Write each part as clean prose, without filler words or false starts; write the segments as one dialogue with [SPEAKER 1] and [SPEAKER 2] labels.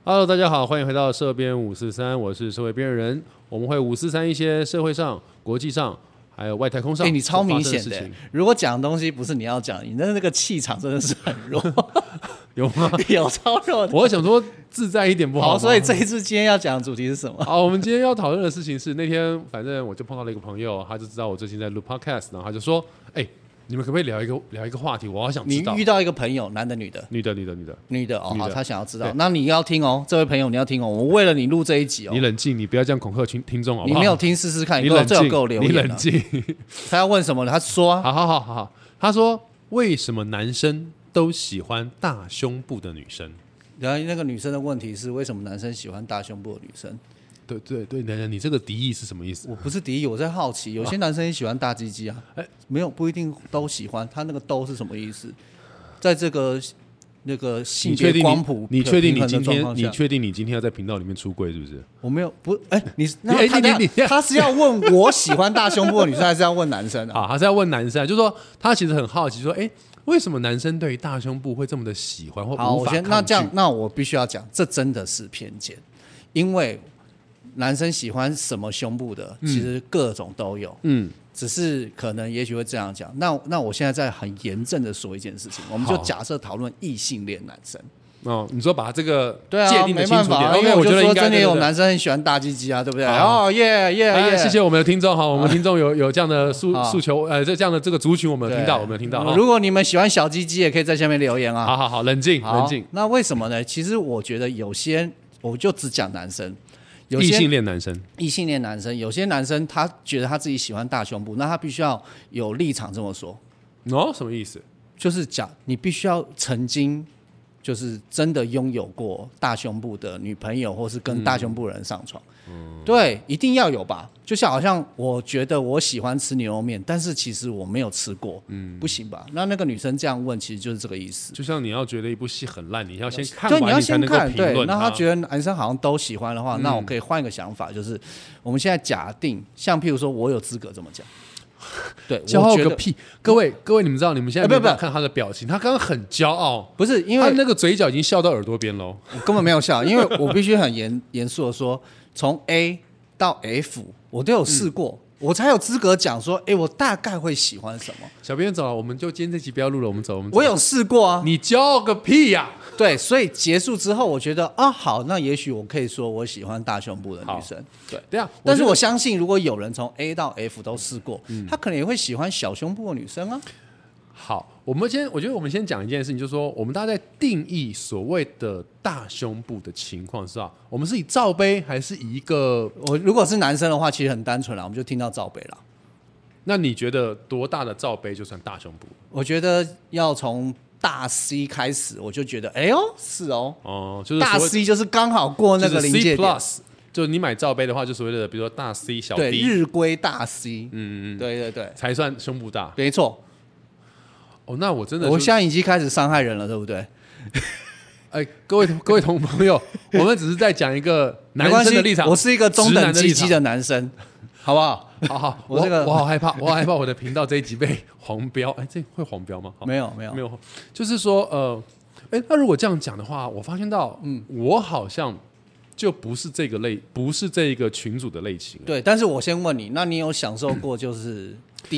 [SPEAKER 1] Hello， 大家好，欢迎回到社编543，我是社会编人。我们会543一些社会上、国际上，还有外太空上
[SPEAKER 2] 你超明显
[SPEAKER 1] 的
[SPEAKER 2] 的。如果讲的东西不是你要讲，你的那个气场真的是很弱。
[SPEAKER 1] 有吗？
[SPEAKER 2] 有超弱的。
[SPEAKER 1] 我想说自在一点不好吗？
[SPEAKER 2] 好，所以这一次今天要讲的主题是什么？
[SPEAKER 1] 好，我们今天要讨论的事情是那天，反正我就碰到了一个朋友，他就知道我最近在录 podcast， 然后他就说：“你们可不可以聊一个话题？我好想知道。”
[SPEAKER 2] 你遇到一个朋友，男的女的？
[SPEAKER 1] 女的
[SPEAKER 2] 哦，好，他想要知道，那你要听哦，这位朋友你要听哦，我为了你录这一集哦。
[SPEAKER 1] 你冷静，你不要这样恐吓听众好不好？
[SPEAKER 2] 你没有听试试看，
[SPEAKER 1] 你冷静，
[SPEAKER 2] 给我留言。
[SPEAKER 1] 你冷静。
[SPEAKER 2] 他要问什么呢？他说啊，
[SPEAKER 1] 好，他说为什么男生都喜欢大胸部的女生？
[SPEAKER 2] 然后那个女生的问题是为什么男生喜欢大胸部的女生？
[SPEAKER 1] 对，你这个敌意是什么意思？
[SPEAKER 2] 我不是敌意，我在好奇，有些男生也喜欢大鸡鸡啊，没有不一定都喜欢，他那个都是什么意思？在这个那个性别光谱，
[SPEAKER 1] 你确定你今天要在频道里面出柜是不是？
[SPEAKER 2] 我没有他是要问我喜欢大胸部的女生，还是要问男生啊？
[SPEAKER 1] 他是要问男生，就是说他其实很好奇，说为什么男生对于大胸部会这么的喜欢或无法抗拒？
[SPEAKER 2] 那我必须要讲，这真的是偏见，因为男生喜欢什么胸部的，其实各种都有。只是可能也许会这样讲。那我现在在很严正的说一件事情，我们就假设讨论异性恋男生。
[SPEAKER 1] 你说把这个
[SPEAKER 2] 对
[SPEAKER 1] 界定的清楚点，
[SPEAKER 2] 因为我觉得真的有
[SPEAKER 1] 男
[SPEAKER 2] 男生很喜欢大鸡鸡啊，对不对？
[SPEAKER 1] 谢谢我们的听众哈，我们听众有这样的诉求，这样的这个族群我们有听到，
[SPEAKER 2] 如果你们喜欢小鸡鸡，也可以在下面留言啊。
[SPEAKER 1] 好，冷静。
[SPEAKER 2] 那为什么呢？其实我觉得有些，我就只讲男生。
[SPEAKER 1] 异性恋男
[SPEAKER 2] 生，有些男生他觉得他自己喜欢大胸部，那他必须要有立场这么说。
[SPEAKER 1] 什么意思？
[SPEAKER 2] 就是讲你必须要曾经就是真的拥有过大胸部的女朋友，或是跟大胸部的人上床。对，一定要有吧？就像好像我觉得我喜欢吃牛肉面，但是其实我没有吃过，不行吧？那个女生这样问，其实就是这个意思。
[SPEAKER 1] 就像你要觉得一部戏很烂，你要先看完，你才能够评论。
[SPEAKER 2] 对，那他觉得男生好像都喜欢的话，那我可以换一个想法，就是我们现在假定，像譬如说我有资格这么讲。对，
[SPEAKER 1] 骄傲个屁！各位，你们知道，你们现在没有看他的表情，他刚刚很骄傲，
[SPEAKER 2] 不是因为
[SPEAKER 1] 他那个嘴角已经笑到耳朵边喽。
[SPEAKER 2] 我根本没有笑，因为我必须很严肃的说，从 A 到 F 我都有试过，我才有资格讲说，我大概会喜欢什么。
[SPEAKER 1] 小编走了，我们就今天这集不要录了，我们走。
[SPEAKER 2] 我有试过啊，
[SPEAKER 1] 你骄傲个屁呀！
[SPEAKER 2] 对，所以结束之后，我觉得好，那也许我可以说我喜欢大胸部的女生。对啊，但是我相信，如果有人从 A 到 F 都试过，他可能也会喜欢小胸部的女生啊。
[SPEAKER 1] 好，我觉得我们先讲一件事情，就是说，我们大家在定义所谓的大胸部的情况是吧？我们是以罩杯还是以一个？
[SPEAKER 2] 如果是男生的话，其实很单纯啦，我们就听到罩杯啦。
[SPEAKER 1] 那你觉得多大的罩杯就算大胸部？
[SPEAKER 2] 我觉得要从大 C 开始，我就觉得，是哦，
[SPEAKER 1] 就是
[SPEAKER 2] 大 C 就是刚好过那个临界点。
[SPEAKER 1] 就你买罩杯的话，就所谓的比如说大 C 小 D，
[SPEAKER 2] 对，日规大 C，对，
[SPEAKER 1] 才算胸部大，
[SPEAKER 2] 没错。
[SPEAKER 1] 那我真的，
[SPEAKER 2] 我现在已经开始伤害人了，对不对？
[SPEAKER 1] 各位同朋友，我们只是在讲一个男生的立场，
[SPEAKER 2] 我是一个中等鸡鸡的男生，好不好？
[SPEAKER 1] 好，我好害怕，我的频道这一集被黄标，这会黄标吗？
[SPEAKER 2] 没有，
[SPEAKER 1] 就是说，那如果这样讲的话，我发现到，我好像就不是这一个群组的类型。
[SPEAKER 2] 对，但是我先问你，那你有享受过就是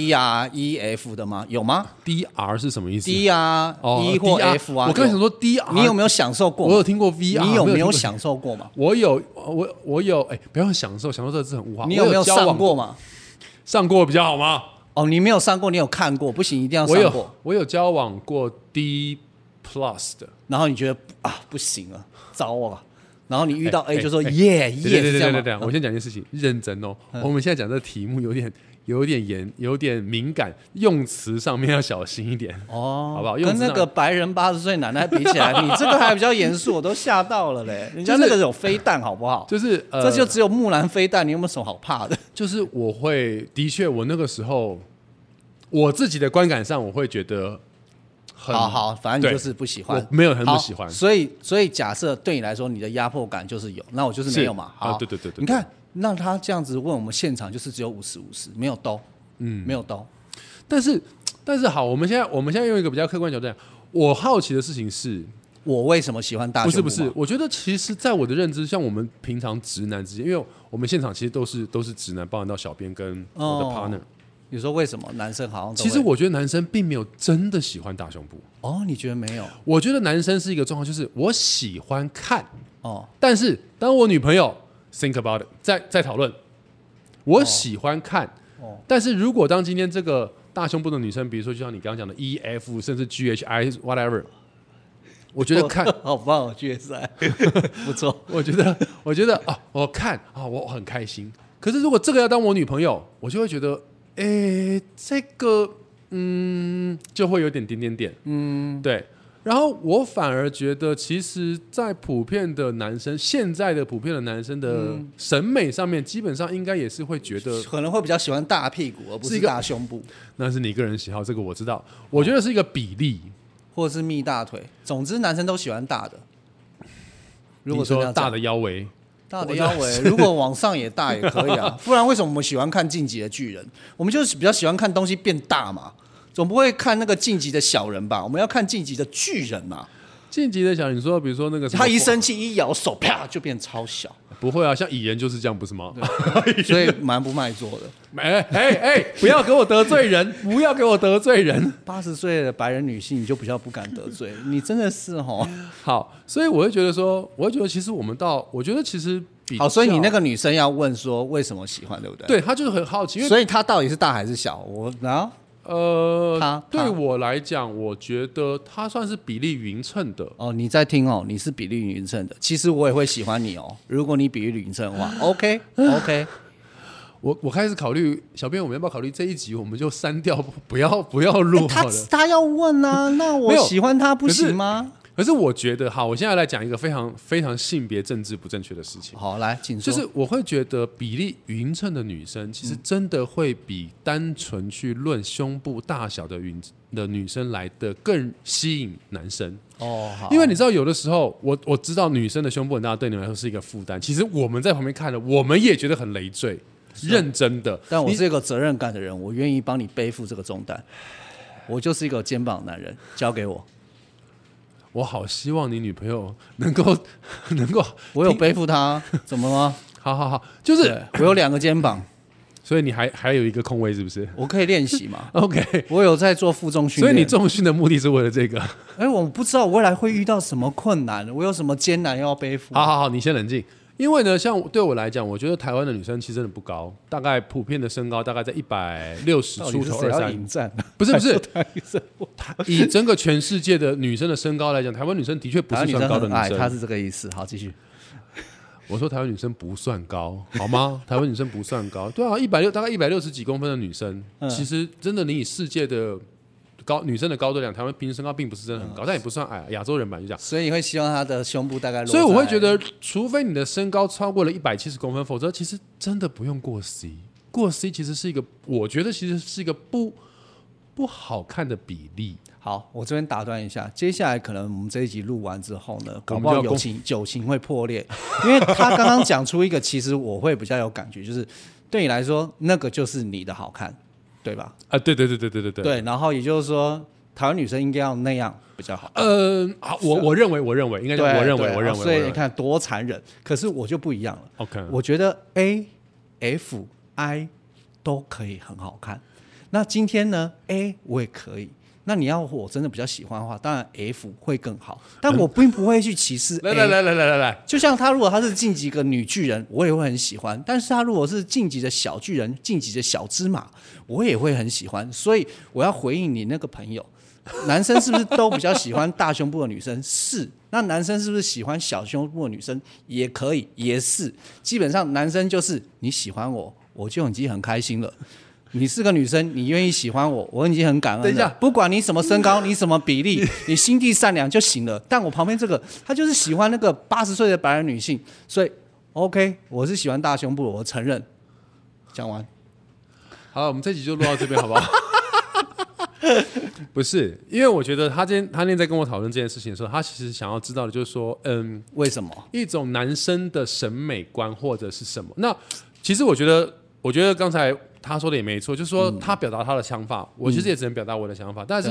[SPEAKER 2] DR、E、F 的吗？有吗
[SPEAKER 1] ？DR 是什么意思
[SPEAKER 2] ？DR、E 或 F 啊？
[SPEAKER 1] 我刚才想说 DR，
[SPEAKER 2] 你有没有享受过？
[SPEAKER 1] 我有听过 VR，
[SPEAKER 2] 你有没有享受过吗？
[SPEAKER 1] 我有，不要享受这个字很物化。
[SPEAKER 2] 你有没有上过吗？
[SPEAKER 1] 上过比较好吗？
[SPEAKER 2] 你没有上过，你有看过，不行，一定要上过。
[SPEAKER 1] 我有交往过 D+ 的，
[SPEAKER 2] 然后你觉得不行了，糟了。然后你遇到 A 就说耶，
[SPEAKER 1] 对，我先讲一件事情，认真哦。我们现在讲这个题目有点敏感，用词上面要小心一点好不好？
[SPEAKER 2] 跟那个白人80岁奶奶比起来，你这个还比较严肃，我都吓到了嘞。人家那个有飞弹，好不好？
[SPEAKER 1] 就是
[SPEAKER 2] 这就只有木兰飞弹，你有没有什么好怕的？
[SPEAKER 1] 就是的确，我那个时候我自己的观感上，我会觉得。
[SPEAKER 2] 好，反正你就是不喜欢，
[SPEAKER 1] 我没有很不喜欢。
[SPEAKER 2] 所以假设对你来说，你的压迫感就是有，那我就是没有嘛。好，
[SPEAKER 1] 对，
[SPEAKER 2] 你看，那他这样子问我们现场，就是只有50-50，没有兜，没有兜。
[SPEAKER 1] 但是好，我们现在用一个比较客观角度讲，我好奇的事情是，
[SPEAKER 2] 我为什么喜欢大胸部？
[SPEAKER 1] 不是，我觉得其实，在我的认知，像我们平常直男之间，因为我们现场其实都是直男，包含到小编跟我的 partner。
[SPEAKER 2] 你说为什么男生好像都会？
[SPEAKER 1] 其实我觉得男生并没有真的喜欢大胸部。
[SPEAKER 2] 哦，你觉得没有？
[SPEAKER 1] 我觉得男生是一个状况，就是我喜欢看，但是当我女朋友 think about it， 再讨论，我喜欢看，但是如果当今天这个大胸部的女生，比如说就像你刚刚讲的 EF， 甚至 GHI whatever， 我觉得看
[SPEAKER 2] 好棒哦，决赛不错。
[SPEAKER 1] 我觉得啊，我看啊，我很开心。可是如果这个要当我女朋友，我就会觉得，这个就会有点点，对。然后我反而觉得，其实，在普遍的男生，现在的普遍的男生的审美上面，基本上应该也是会觉得，
[SPEAKER 2] 可能会比较喜欢大屁股，而不是大胸部。
[SPEAKER 1] 那是你个人喜好，这个我知道。我觉得是一个比例，
[SPEAKER 2] 或者是蜜大腿。总之，男生都喜欢大的。如果
[SPEAKER 1] 说大的腰围。
[SPEAKER 2] 大的腰围，如果往上也大也可以啊，不然为什么我们喜欢看晋级的巨人？我们就是比较喜欢看东西变大嘛，总不会看那个晋级的小人吧？我们要看晋级的巨人嘛。
[SPEAKER 1] 晋级的小人，你说比如说那个什么，
[SPEAKER 2] 他一生气一摇手，啪就变超小。
[SPEAKER 1] 不会啊，像蚁人就是这样，不是吗？
[SPEAKER 2] 所以蛮不卖座的。
[SPEAKER 1] 不要给我得罪人，不要给我得罪人。
[SPEAKER 2] 80岁的白人女性，你就比较不敢得罪，你真的是齁。
[SPEAKER 1] 好，所以我会觉得其实我觉得其实
[SPEAKER 2] 好，所以你那个女生要问说为什么喜欢，对不对？
[SPEAKER 1] 对，她就是很好奇，
[SPEAKER 2] 所以她到底是大还是小？
[SPEAKER 1] 对我来讲，我觉得它算是比例匀称的。
[SPEAKER 2] 哦，你在听哦，你是比例匀称的。其实我也会喜欢你哦，如果你比例匀称的话，OK。
[SPEAKER 1] 我开始考虑，小编我们要不要考虑这一集我们就删掉，不要录好了。
[SPEAKER 2] 他要问啊，那我喜欢他不行吗？
[SPEAKER 1] 可是我觉得，好，我现在来讲一个非常非常性别政治不正确的事情。
[SPEAKER 2] 好，来，请说。
[SPEAKER 1] 就是我会觉得比例匀称的女生，其实真的会比单纯去论胸部大小的女生来的更吸引男生。
[SPEAKER 2] 哦，好。
[SPEAKER 1] 因为你知道，有的时候我知道女生的胸部很大，对你们来说是一个负担。其实我们在旁边看了，我们也觉得很累赘，认真的。
[SPEAKER 2] 但我是一个责任感的人，我愿意帮你背负这个重担。我就是一个肩膀男人，交给我。
[SPEAKER 1] 我好希望你女朋友能够，
[SPEAKER 2] 我有背负她，怎么了？
[SPEAKER 1] 好，就是
[SPEAKER 2] 我有2个肩膀，
[SPEAKER 1] 所以你还有一个空位，是不是？
[SPEAKER 2] 我可以练习嘛
[SPEAKER 1] ？OK，
[SPEAKER 2] 我有在做负重训练，
[SPEAKER 1] 所以你重训的目的是为了这个？
[SPEAKER 2] 我不知道我未来会遇到什么困难，我有什么艰难要背负。
[SPEAKER 1] 好，你先冷静。因为呢，像对我来讲，我觉得台湾的女生其实真的不高，大概普遍的身高大概在160出头23。不是，以整个全世界的女生的身高来讲，台湾女生的确不是算高的女生。
[SPEAKER 2] 她是这个意思。好，继续。
[SPEAKER 1] 我说台湾女生不算高，好吗？台湾女生不算高。对啊，大概160几公分的女生，其实真的你以世界的女生的高度量，台湾平均身高并不是真的很高，但也不算矮，亚洲人版就这样。
[SPEAKER 2] 所以你会希望她的胸部大概落在，
[SPEAKER 1] 所以我会觉得，除非你的身高超过了170公分，否则其实真的不用过 C。过 C 其实是一个，我觉得其实是一个不好看的比例。
[SPEAKER 2] 好，我这边打断一下，接下来可能我们这一集录完之后呢，搞不好友情会破裂，因为他刚刚讲出一个，其实我会比较有感觉，就是对你来说，那个就是你的好看。对吧？
[SPEAKER 1] 对。
[SPEAKER 2] 对，然后也就是说，台湾女生应该要那样比较好。
[SPEAKER 1] 我认为应该讲，我认为。
[SPEAKER 2] 所以你看多残忍，可是我就不一样了。
[SPEAKER 1] OK，
[SPEAKER 2] 我觉得 A、F、I 都可以很好看。那今天呢 ，A 我也可以。那你要我真的比较喜欢的话，当然 F 会更好，但我并不会去歧视 A。
[SPEAKER 1] 来，
[SPEAKER 2] 就像如果他是晋级个女巨人，我也会很喜欢；但是他如果是晋级的小巨人、晋级的小芝麻，我也会很喜欢。所以我要回应你那个朋友，男生是不是都比较喜欢大胸部的女生？是。那男生是不是喜欢小胸部的女生？也可以，也是。基本上男生就是你喜欢我，我就已经很开心了。你是个女生，你愿意喜欢我，我已经很感恩了。
[SPEAKER 1] 等一下，
[SPEAKER 2] 不管你什么身高，你什么比例，你心地善良就行了。但我旁边这个，他就是喜欢那个80岁的白人女性，所以 OK， 我是喜欢大胸部，我承认。讲完，
[SPEAKER 1] 好了，我们这集就录到这边，好不好？不是，因为我觉得他那天在跟我讨论这件事情的时候，他其实想要知道的就是说，
[SPEAKER 2] 为什么
[SPEAKER 1] 一种男生的审美观或者是什么？那其实我觉得刚才他说的也没错，就是说他表达他的想法，我其实也只能表达我的想法。但是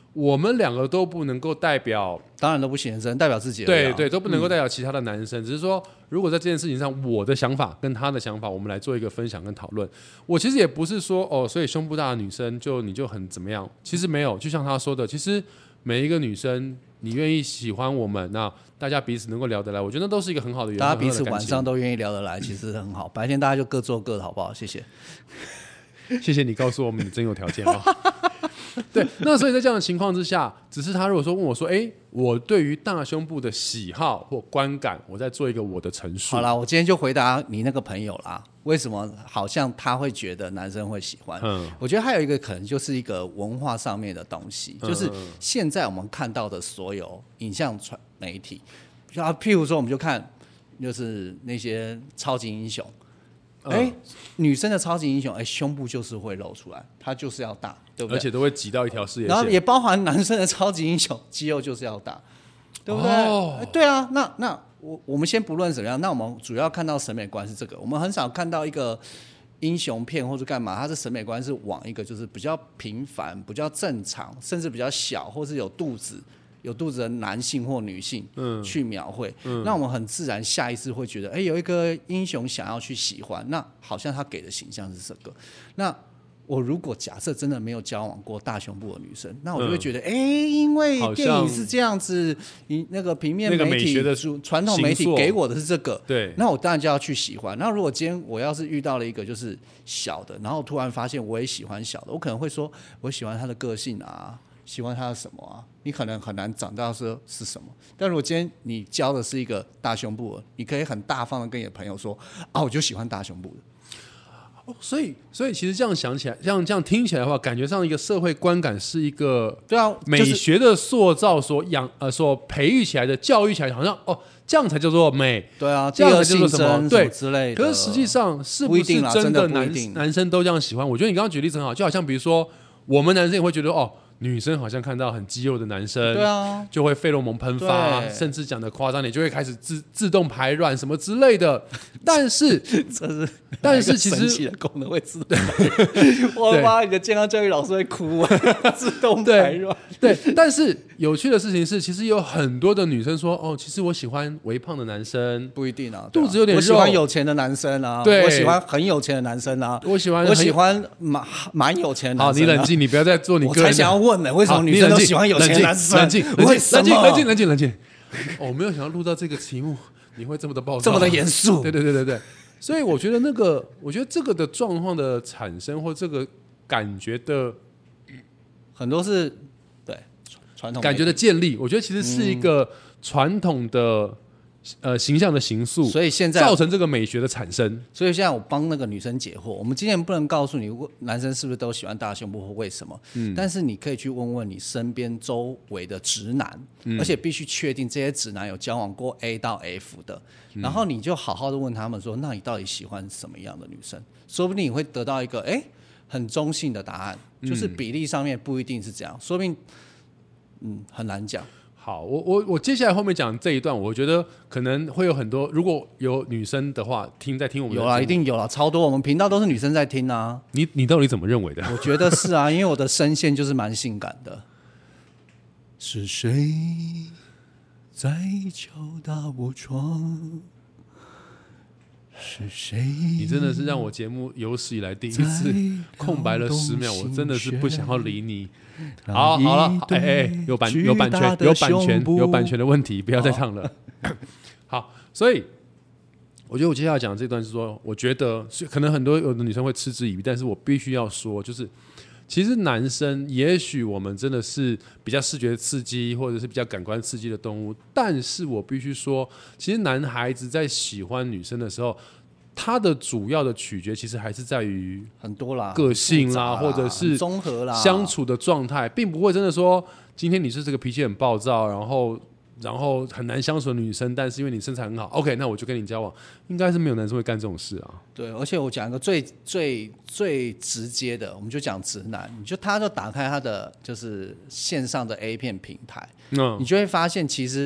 [SPEAKER 1] 我们两个都不能够代表，
[SPEAKER 2] 当然都不行，只能代表自己而已
[SPEAKER 1] 对对，都不能够代表其他的男生。只是说，如果在这件事情上，我的想法跟他的想法，我们来做一个分享跟讨论。我其实也不是说哦，所以胸部大的女生你就很怎么样，其实没有。就像他说的，其实每一个女生，你愿意喜欢我们，那大家彼此能够聊得来，我觉得那都是一个很好的缘分。
[SPEAKER 2] 大家彼此晚上都愿意聊得来，其实很好。白天大家就各做各的，好不好？谢谢。
[SPEAKER 1] 谢谢你告诉我们你真有条件哦。对，那所以在这样的情况之下，只是他如果说问我说，我对于大胸部的喜好或观感，我在做一个我的陈述。
[SPEAKER 2] 好啦，我今天就回答你那个朋友啦。为什么好像他会觉得男生会喜欢？我觉得还有一个可能就是一个文化上面的东西，就是现在我们看到的所有影像传媒体，譬如说我们就看就是那些超级英雄。女生的超级英雄，胸部就是会露出来，它就是要大，对不对？
[SPEAKER 1] 而且都会挤到一条视野线。
[SPEAKER 2] 然后也包含男生的超级英雄，肌肉就是要大，对不对？对啊，那我们先不论怎么样，那我们主要看到审美观是这个，我们很少看到一个英雄片或者干嘛，它的审美观是往一个就是比较平凡、比较正常，甚至比较小，或是有肚子的男性或女性去描绘，那我们很自然下意识会觉得，有一个英雄想要去喜欢，那好像他给的形象是这个。那我如果假设真的没有交往过大胸部的女生，那我就会觉得，因为电影是这样子，那个平面媒体、传统媒体给我的是这个，
[SPEAKER 1] 对，
[SPEAKER 2] 那我当然就要去喜欢。那如果今天我要是遇到了一个就是小的，然后突然发现我也喜欢小的，我可能会说，我喜欢他的个性啊。喜欢他的什么啊？你可能很难找到说是什么。但如果今天你教的是一个大胸部的，你可以很大方的跟你的朋友说我就喜欢大胸部的。
[SPEAKER 1] 所以其实这样想起来，这样听起来的话，感觉上一个社会观感是一个美学的塑造所培育起来的、教育起来，好像这样才叫做美。
[SPEAKER 2] 对啊，
[SPEAKER 1] 这样才叫做
[SPEAKER 2] 什么
[SPEAKER 1] 对
[SPEAKER 2] 之类的。
[SPEAKER 1] 可是实际上是不是真的男生都这样喜欢？我觉得你刚刚举例子很好，就好像比如说我们男生也会觉得女生好像看到很肌肉的男生，
[SPEAKER 2] 对啊，
[SPEAKER 1] 就会费洛蒙喷发，甚至讲的夸张点，就会开始自动排卵什么之类的。但是其实神
[SPEAKER 2] 奇的功能会自动排卵，我妈，你的健康教育老师会哭自动排卵。
[SPEAKER 1] 对，但是有趣的事情是，其实有很多的女生说，其实我喜欢微胖的男生，
[SPEAKER 2] 不一定啊，
[SPEAKER 1] 肚子有点肉。
[SPEAKER 2] 我喜欢有钱的男生啊，
[SPEAKER 1] 对，
[SPEAKER 2] 我喜欢很有钱的男生啊，
[SPEAKER 1] 我喜欢
[SPEAKER 2] 蛮有钱的男生。
[SPEAKER 1] 好，你冷静，你不要再做你个人。
[SPEAKER 2] 我才想要问呢，为什么女生都喜欢有钱的男生？
[SPEAKER 1] 冷静，冷静。我没有想要录到这个题目，你会这么的暴躁，
[SPEAKER 2] 这么的严肃。
[SPEAKER 1] 对。所以我觉得这个的状况的产生或这个感觉的
[SPEAKER 2] 很多是对传统
[SPEAKER 1] 感觉的建立，我觉得其实是一个传统的形象的形塑，
[SPEAKER 2] 所以现在
[SPEAKER 1] 造成这个美学的产生。
[SPEAKER 2] 所以现在我帮那个女生解惑，我们今天不能告诉你男生是不是都喜欢大胸部或为什么，但是你可以去问问你身边周围的直男，而且必须确定这些直男有交往过 A 到 F 的，然后你就好好的问他们说，那你到底喜欢什么样的女生？说不定你会得到一个很中性的答案，就是比例上面不一定是这样，说不定很难讲。
[SPEAKER 1] 好，我接下来后面讲这一段，我觉得可能会有很多，如果有女生的话在听我们的
[SPEAKER 2] 有啦，一定有啦，超多，我们频道都是女生在听啊。
[SPEAKER 1] 你到底怎么认为的？
[SPEAKER 2] 我觉得是啊，因为我的声线就是蛮性感的。是谁在敲打我窗？是谁？
[SPEAKER 1] 你真的是让我节目有史以来第一次空白了10秒，我真的是不想要理你。好了，有版权的问题，不要再唱了。好，所以我觉得我接下来讲的这段是说，我觉得可能有的女生会嗤之以鼻，但是我必须要说，就是其实男生也许我们真的是比较视觉刺激或者是比较感官刺激的动物，但是我必须说，其实男孩子在喜欢女生的时候，它的主要的取决其实还是在于
[SPEAKER 2] 很多啦，
[SPEAKER 1] 个性啦，或者是
[SPEAKER 2] 综合啦，
[SPEAKER 1] 相处的状态，并不会真的说今天你是这个脾气很暴躁，然后很难相处的女生，但是因为你身材很好 ，OK， 那我就跟你交往，应该是没有男生会干这种事啊。对，
[SPEAKER 2] 而且我讲一个最直接的，我们就讲直男，他就打开他的就是线上的 A 片平台，你就会发现其实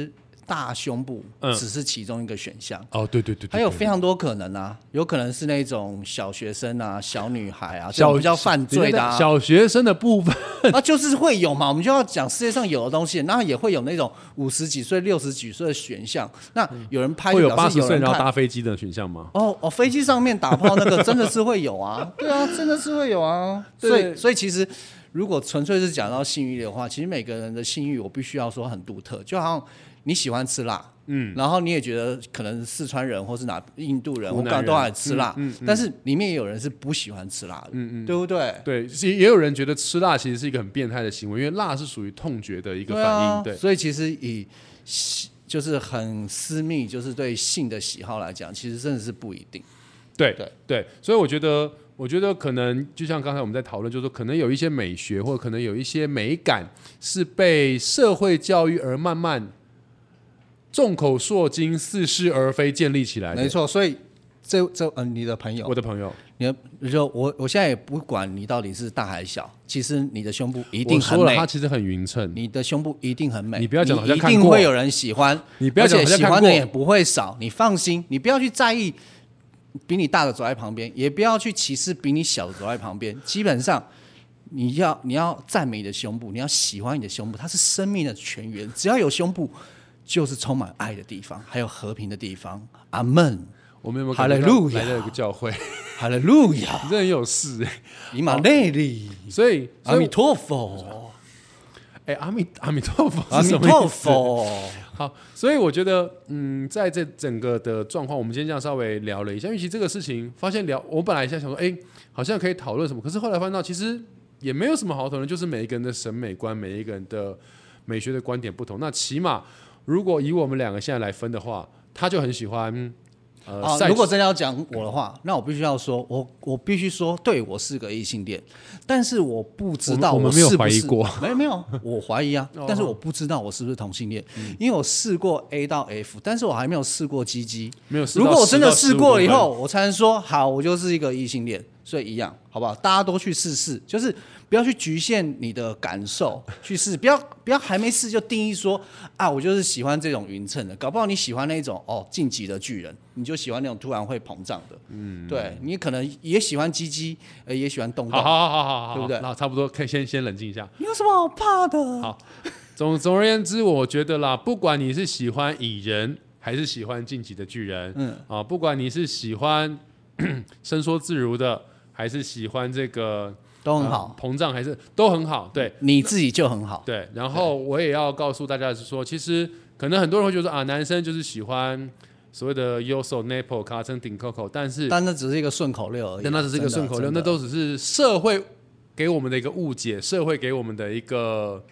[SPEAKER 2] 大胸部只是其中一个选项。
[SPEAKER 1] 哦，对对对，
[SPEAKER 2] 还有非常多可能啊，有可能是那种小学生啊、小女孩啊，这种比较犯罪的啊。
[SPEAKER 1] 小学生的部分
[SPEAKER 2] 那就是会有嘛，我们就要讲世界上有的东西，然也会有那种50几岁、60几岁的选项。那有人拍，
[SPEAKER 1] 会有80岁
[SPEAKER 2] 然
[SPEAKER 1] 然后搭飞机的选项吗？
[SPEAKER 2] 飞机上面打炮那个真的是会有啊，对啊，真的是会有啊。所以其实如果纯粹是讲到性欲的话，其实每个人的性欲我必须要说很独特，就好像你喜欢吃辣。然后你也觉得可能四川人或是印度人，我刚刚都爱吃辣，但是里面也有人是不喜欢吃辣的，对不对？
[SPEAKER 1] 对，也有人觉得吃辣其实是一个很变态的行为，因为辣是属于痛觉的一个反应，对。
[SPEAKER 2] 所以其实就是很私密，就是对性的喜好来讲，其实真的是不一定。
[SPEAKER 1] 对，所以我觉得可能就像刚才我们在讨论，就是说可能有一些美学或者可能有一些美感是被社会教育而慢慢众口铄金、似是而非建立起来的。
[SPEAKER 2] 没错，所以你的朋友，
[SPEAKER 1] 我的朋友，
[SPEAKER 2] 我现在也不管你到底是大还是小，其实你的胸部一定很美。
[SPEAKER 1] 我说了，他其实很匀称，
[SPEAKER 2] 你的胸部一定很美。
[SPEAKER 1] 你不要讲好像看过，
[SPEAKER 2] 一定会有人喜欢，
[SPEAKER 1] 你不要讲好像看过，
[SPEAKER 2] 而且喜欢的也不会少。你放心，你不要去在意比你大的走在旁边，也不要去歧视比你小的走在旁边。基本上，你要赞美你的胸部，你要喜欢你的胸部，它是生命的泉源。只要有胸部，就是充满爱的地方，还有和平的地方。阿门。
[SPEAKER 1] 我们有没有
[SPEAKER 2] 哈利路亚
[SPEAKER 1] 来到一个教会？
[SPEAKER 2] 哈利路亚，
[SPEAKER 1] 你真的很有事
[SPEAKER 2] 以马内利，
[SPEAKER 1] 所以
[SPEAKER 2] 阿弥陀佛。
[SPEAKER 1] 阿弥陀佛，
[SPEAKER 2] 阿弥陀佛。
[SPEAKER 1] 好，所以我觉得，在这整个的状况，我们今天这样稍微聊了一下，因为其实这个事情发现我本来想说，好像可以讨论什么，可是后来发现到其实也没有什么好讨论，就是每一个人的审美观，每一个人的美学的观点不同。那起码如果以我们两个现在来分的话，他就很喜欢。
[SPEAKER 2] 如果真的要讲我的话，那我必须要说，我必须说，对，我是个异性恋，但是我不知道
[SPEAKER 1] 我们没有怀疑过，
[SPEAKER 2] 没有，我怀疑啊，但是我不知道我是不是同性恋，因为我试过 A 到 F， 但是我还没有试过鸡鸡，
[SPEAKER 1] 没有试到。
[SPEAKER 2] 如果我真的试过以后，我才能说好，我就是一个异性恋，所以一样，好不好？大家都去试试，就是不要去局限你的感受去试，不要还没试就定义说啊，我就是喜欢这种匀称的，搞不好你喜欢那种晋级的巨人，你就喜欢那种突然会膨胀的，对，你可能也喜欢鸡鸡，也喜欢动动，
[SPEAKER 1] 好，
[SPEAKER 2] 对不对？
[SPEAKER 1] 那差不多可以先冷静一下。
[SPEAKER 2] 你有什么好怕的？
[SPEAKER 1] 好，总而言之，我觉得啦，不管你是喜欢蚁人还是喜欢晋级的巨人，不管你是喜欢伸缩自如的，还是喜欢这个。
[SPEAKER 2] 都很好，
[SPEAKER 1] 膨胀还是都很好，对，
[SPEAKER 2] 你自己就很好，
[SPEAKER 1] 对。然后我也要告诉大家的是说，其实可能很多人会觉得啊，男生就是喜欢所谓的 Yoso Nipple 卡称顶 Coco， 但那
[SPEAKER 2] 只是一个顺口溜而已，
[SPEAKER 1] 但那只是一个顺口溜，那都只是社会给我们的一个误解，社会给我们的一个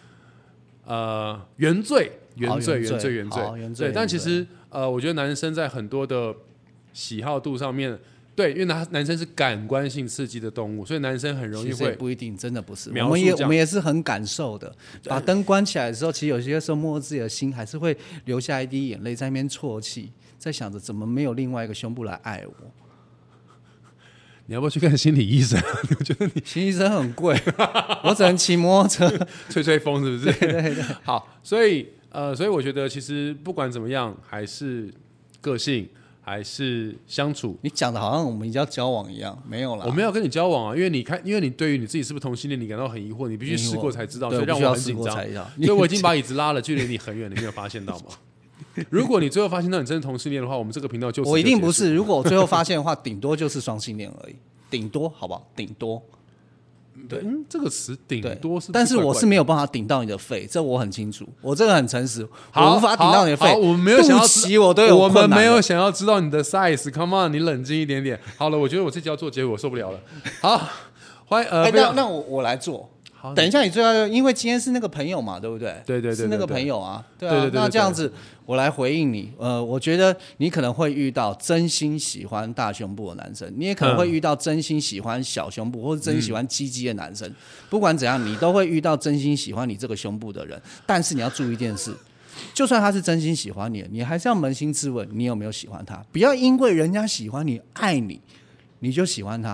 [SPEAKER 1] 原罪，对。但其实我觉得男生在很多的喜好度上面。对，因为男生是感官性刺激的动物，所以男生很容易会。
[SPEAKER 2] 其实也不一定，真的不是。我们也是很感受的。把灯关起来的时候，其实有些时候摸自己的心，还是会流下一滴眼泪，在那边啜泣，在想着怎么没有另外一个胸部来爱我。
[SPEAKER 1] 你要不要去看心理医生？我觉得
[SPEAKER 2] 心理医生很贵，我只能骑摩托车
[SPEAKER 1] 吹风，是不是？
[SPEAKER 2] 对。
[SPEAKER 1] 好，所以我觉得其实不管怎么样，还是个性。还是相处，
[SPEAKER 2] 你讲的好像我们已经要交往一样，没有啦。
[SPEAKER 1] 我没有跟你交往啊，因为你对于你自己是不是同性恋，你感到很疑惑，你必须试过才知道，所以让我很紧张。所以我已经把椅子拉了，距离你很远，你没有发现到吗？如果你最后发现到你真的同性恋的话，我们这个频道就
[SPEAKER 2] 我一定不是。如果我最后发现的话，顶多就是双性恋而已，顶多好不好？顶多。
[SPEAKER 1] 对，这个词顶多是，
[SPEAKER 2] 但是我是没有办法顶到你的肺，这我很清楚，我这个很诚实，我无法顶到你的肺。
[SPEAKER 1] 我们没有想要
[SPEAKER 2] 我
[SPEAKER 1] 们没有想要知道你的 size，come on， 你冷静一点点。好了，我觉得我自己要做结尾，我受不了了。好，欢迎
[SPEAKER 2] 那我来做。等一下，你最后因为今天是那个朋友嘛，对不对？
[SPEAKER 1] 对，
[SPEAKER 2] 是那个朋友啊，对啊。那这样子，我来回应你。我觉得你可能会遇到真心喜欢大胸部的男生，你也可能会遇到真心喜欢小胸部或者真心喜欢鸡鸡的男生。不管怎样，你都会遇到真心喜欢你这个胸部的人。但是你要注意一件事，就算他是真心喜欢你，你还是要扪心自问，你有没有喜欢他？不要因为人家喜欢你、爱你，你就喜欢他。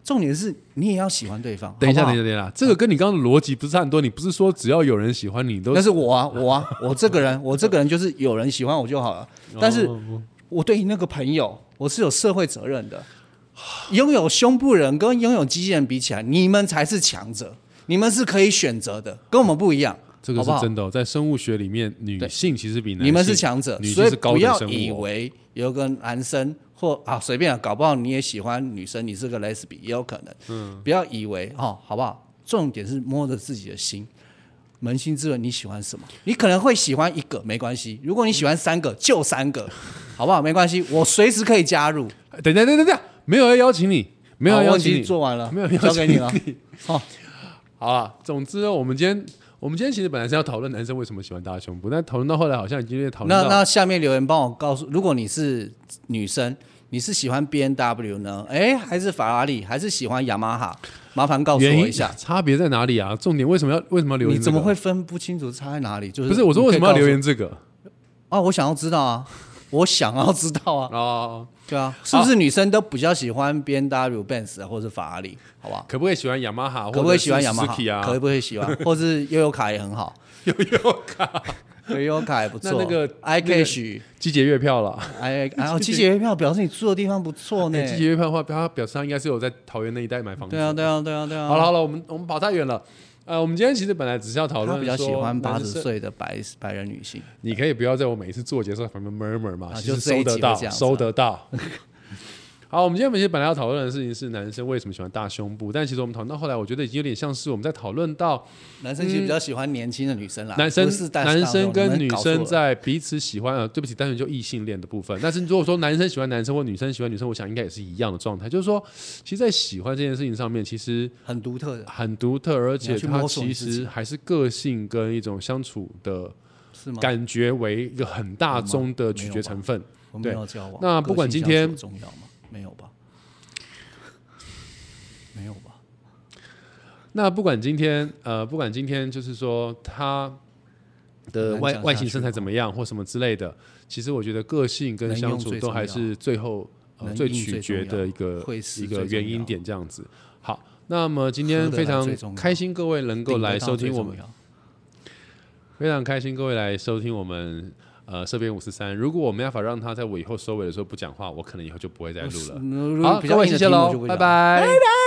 [SPEAKER 2] 重点是你也要喜欢对方。
[SPEAKER 1] 等一下，
[SPEAKER 2] 好不好
[SPEAKER 1] 等一下，这个跟你刚刚的逻辑不是差很多。你不是说只要有人喜欢你，都
[SPEAKER 2] 那是我啊，我这个人就是有人喜欢我就好了。但是我对于那个朋友，我是有社会责任的。拥有胸部人跟拥有机器人比起来，你们才是强者，你们是可以选择的，跟我们不一样。
[SPEAKER 1] 这个是真的、在生物学里面，女性其实比男性，
[SPEAKER 2] 你们是强者，
[SPEAKER 1] 女性是高
[SPEAKER 2] 所以不要
[SPEAKER 1] 等生物、
[SPEAKER 2] 以为有个男生或随便搞不好你也喜欢女生，你是个 lesbian 也有可能。不要以为好不好？重点是摸着自己的心，扪心自问你喜欢什么？你可能会喜欢一个没关系，如果你喜欢3个就3个，好不好？没关系，我随时可以加入。
[SPEAKER 1] 等，没有要邀请你，没有要邀请你，
[SPEAKER 2] 做完了，
[SPEAKER 1] 没有
[SPEAKER 2] 交给你了。
[SPEAKER 1] 好了，总之呢，我们今天其实本来是要讨论男生为什么喜欢大胸部，但讨论到后来好像已经讨论到
[SPEAKER 2] 那下面留言帮我告诉，如果你是女生，你是喜欢 BMW 呢？还是法拉利，还是喜欢雅马哈？麻烦告诉我一下，
[SPEAKER 1] 差别在哪里啊？重点为什么要留言、这个？
[SPEAKER 2] 你怎么会分不清楚差在哪里？就是
[SPEAKER 1] 不是我说为什么要留言这个？
[SPEAKER 2] 我想要知道啊，我想要知道啊。
[SPEAKER 1] 哦，
[SPEAKER 2] 对啊，是不是女生都比较喜欢 BMW、Benz 或者法拉利？好不好？
[SPEAKER 1] 可不可以喜欢雅马哈？
[SPEAKER 2] 可不可以喜欢雅马
[SPEAKER 1] 哈？
[SPEAKER 2] 可不可以喜欢？或是悠游卡也很好，
[SPEAKER 1] 悠游卡。
[SPEAKER 2] 悠游卡也不错，
[SPEAKER 1] 那个
[SPEAKER 2] iCash
[SPEAKER 1] 季节月票了，
[SPEAKER 2] 季节月票表示你住的地方不错呢。
[SPEAKER 1] 季节月票的话，他表示他应该是有在桃园那一带买房子。
[SPEAKER 2] 对啊。
[SPEAKER 1] 好了，我们跑太远了。我们今天其实本来只是要讨论，
[SPEAKER 2] 他比较喜欢80岁的白人女性。
[SPEAKER 1] 你可以不要在我每一次做节目旁边 murmur 嘛，其实收得到。好，我们今天本来要讨论的事情是男生为什么喜欢大胸部，但其实我们讨论到后来，我觉得已经有点像是我们在讨论到
[SPEAKER 2] 男生其实比较喜欢年轻的女生啦，
[SPEAKER 1] 男生跟女生在彼此喜欢对不起，单纯就异性恋的部分。但是如果说男生喜欢男生或女生喜欢女生，我想应该也是一样的状态，就是说，其实，在喜欢这件事情上面，其实
[SPEAKER 2] 很独特的，
[SPEAKER 1] 而且它其实还是个性跟一种相处的感觉为一个很大宗的取决成分。
[SPEAKER 2] 我们没有交往，
[SPEAKER 1] 那不管今天
[SPEAKER 2] 重要吗？没有吧？没有吧？
[SPEAKER 1] 那不管今天就是说他的外形身材怎么样或什么之类的，其实我觉得个性跟相处都还是最后最取决的一个原因点这样子。好，那么今天非常开心各位能够来收听我们，非常开心各位来收听我们。社编543，如果我没办法让他在我以后收尾的时候不讲话，我可能以后就不会再录了。好，各位谢谢喽，拜拜。